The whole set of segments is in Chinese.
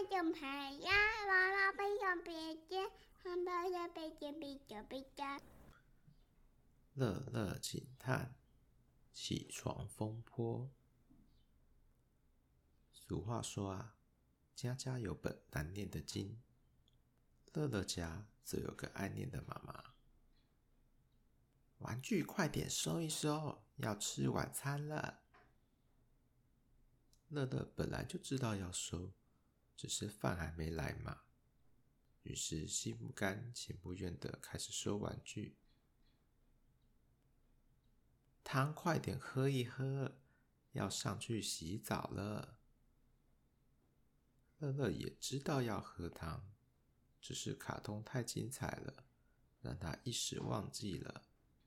种牌呀，娃娃背上别针，汉堡的背针比较比较。 乐乐警探起床风波。俗话说啊，家家有本难念的经。乐乐家则有个爱念的妈妈。玩具快点收一收，要吃晚餐了。乐乐本来就知道要收，只是饭还没来嘛。于是心不甘情不愿的开始收玩具。汤快点喝一喝，要上去洗澡了。乐乐也知道要喝汤，只是卡通太精彩了，让他一时忘记了。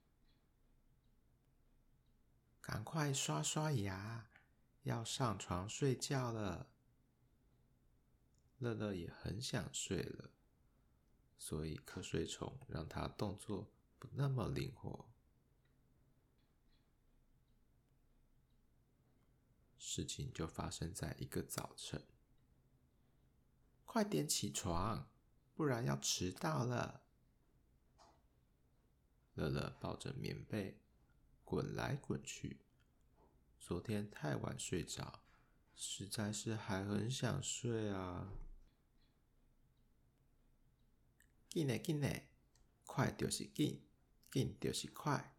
赶快刷刷牙，要上床睡觉了。乐乐也很想睡了，所以瞌睡虫让他动作不那么灵活。事情就发生在一个早晨。快点起床，不然要迟到了。乐乐抱着棉被滚来滚去。昨天太晚睡着，实在是还很想睡啊。紧嘞紧嘞，快就是紧，紧就是快。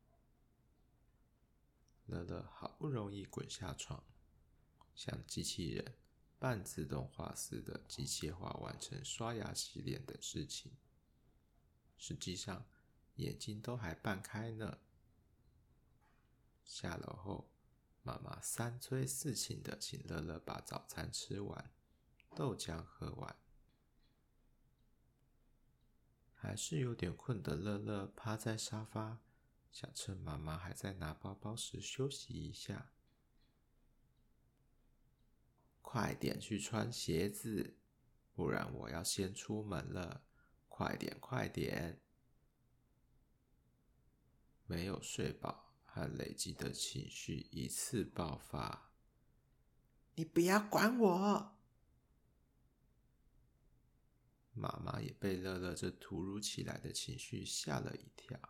乐乐好不容易滚下床，像机器人半自动化似的机械化完成刷牙洗脸的事情，实际上眼睛都还半开呢。下楼后，妈妈三催四请的请乐乐把早餐吃完，豆浆喝完。还是有点困的乐乐趴在沙发，想趁妈妈还在拿包包时休息一下。快点去穿鞋子，不然我要先出门了。快点快点！没有睡饱和累积的情绪一次爆发。你不要管我！妈妈也被乐乐这突如其来的情绪吓了一跳。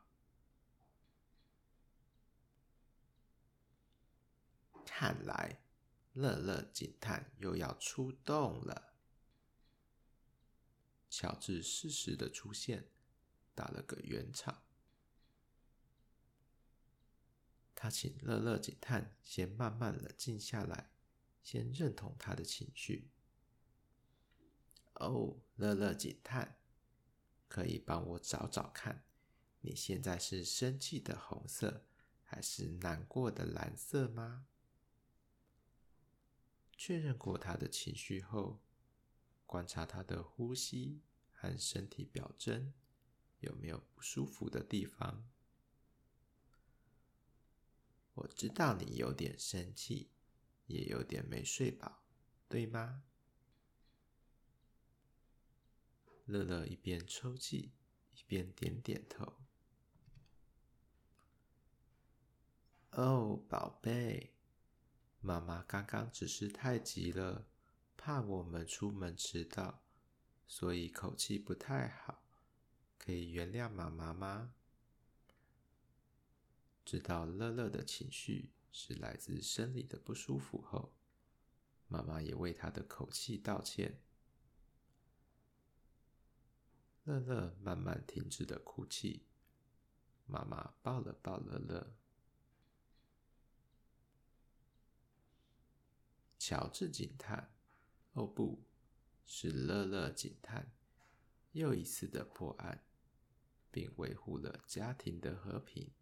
看来乐乐警探又要出动了。乔治适时的出现，打了个圆场。他请乐乐警探先慢慢冷静下来，先认同他的情绪。哦，乐乐警探，可以帮我找找看，你现在是生气的红色，还是难过的蓝色吗？确认过他的情绪后，观察他的呼吸和身体表征，有没有不舒服的地方。我知道你有点生气，也有点没睡饱，对吗？乐乐一边抽泣，一边点点头。哦，宝贝，妈妈刚刚只是太急了，怕我们出门迟到，所以口气不太好，可以原谅妈妈吗？知道乐乐的情绪是来自生理的不舒服后，妈妈也为他的口气道歉。乐乐慢慢停止了哭泣，妈妈抱了抱乐乐。乔治警探，哦不，是乐乐警探，又一次的破案，并维护了家庭的和平。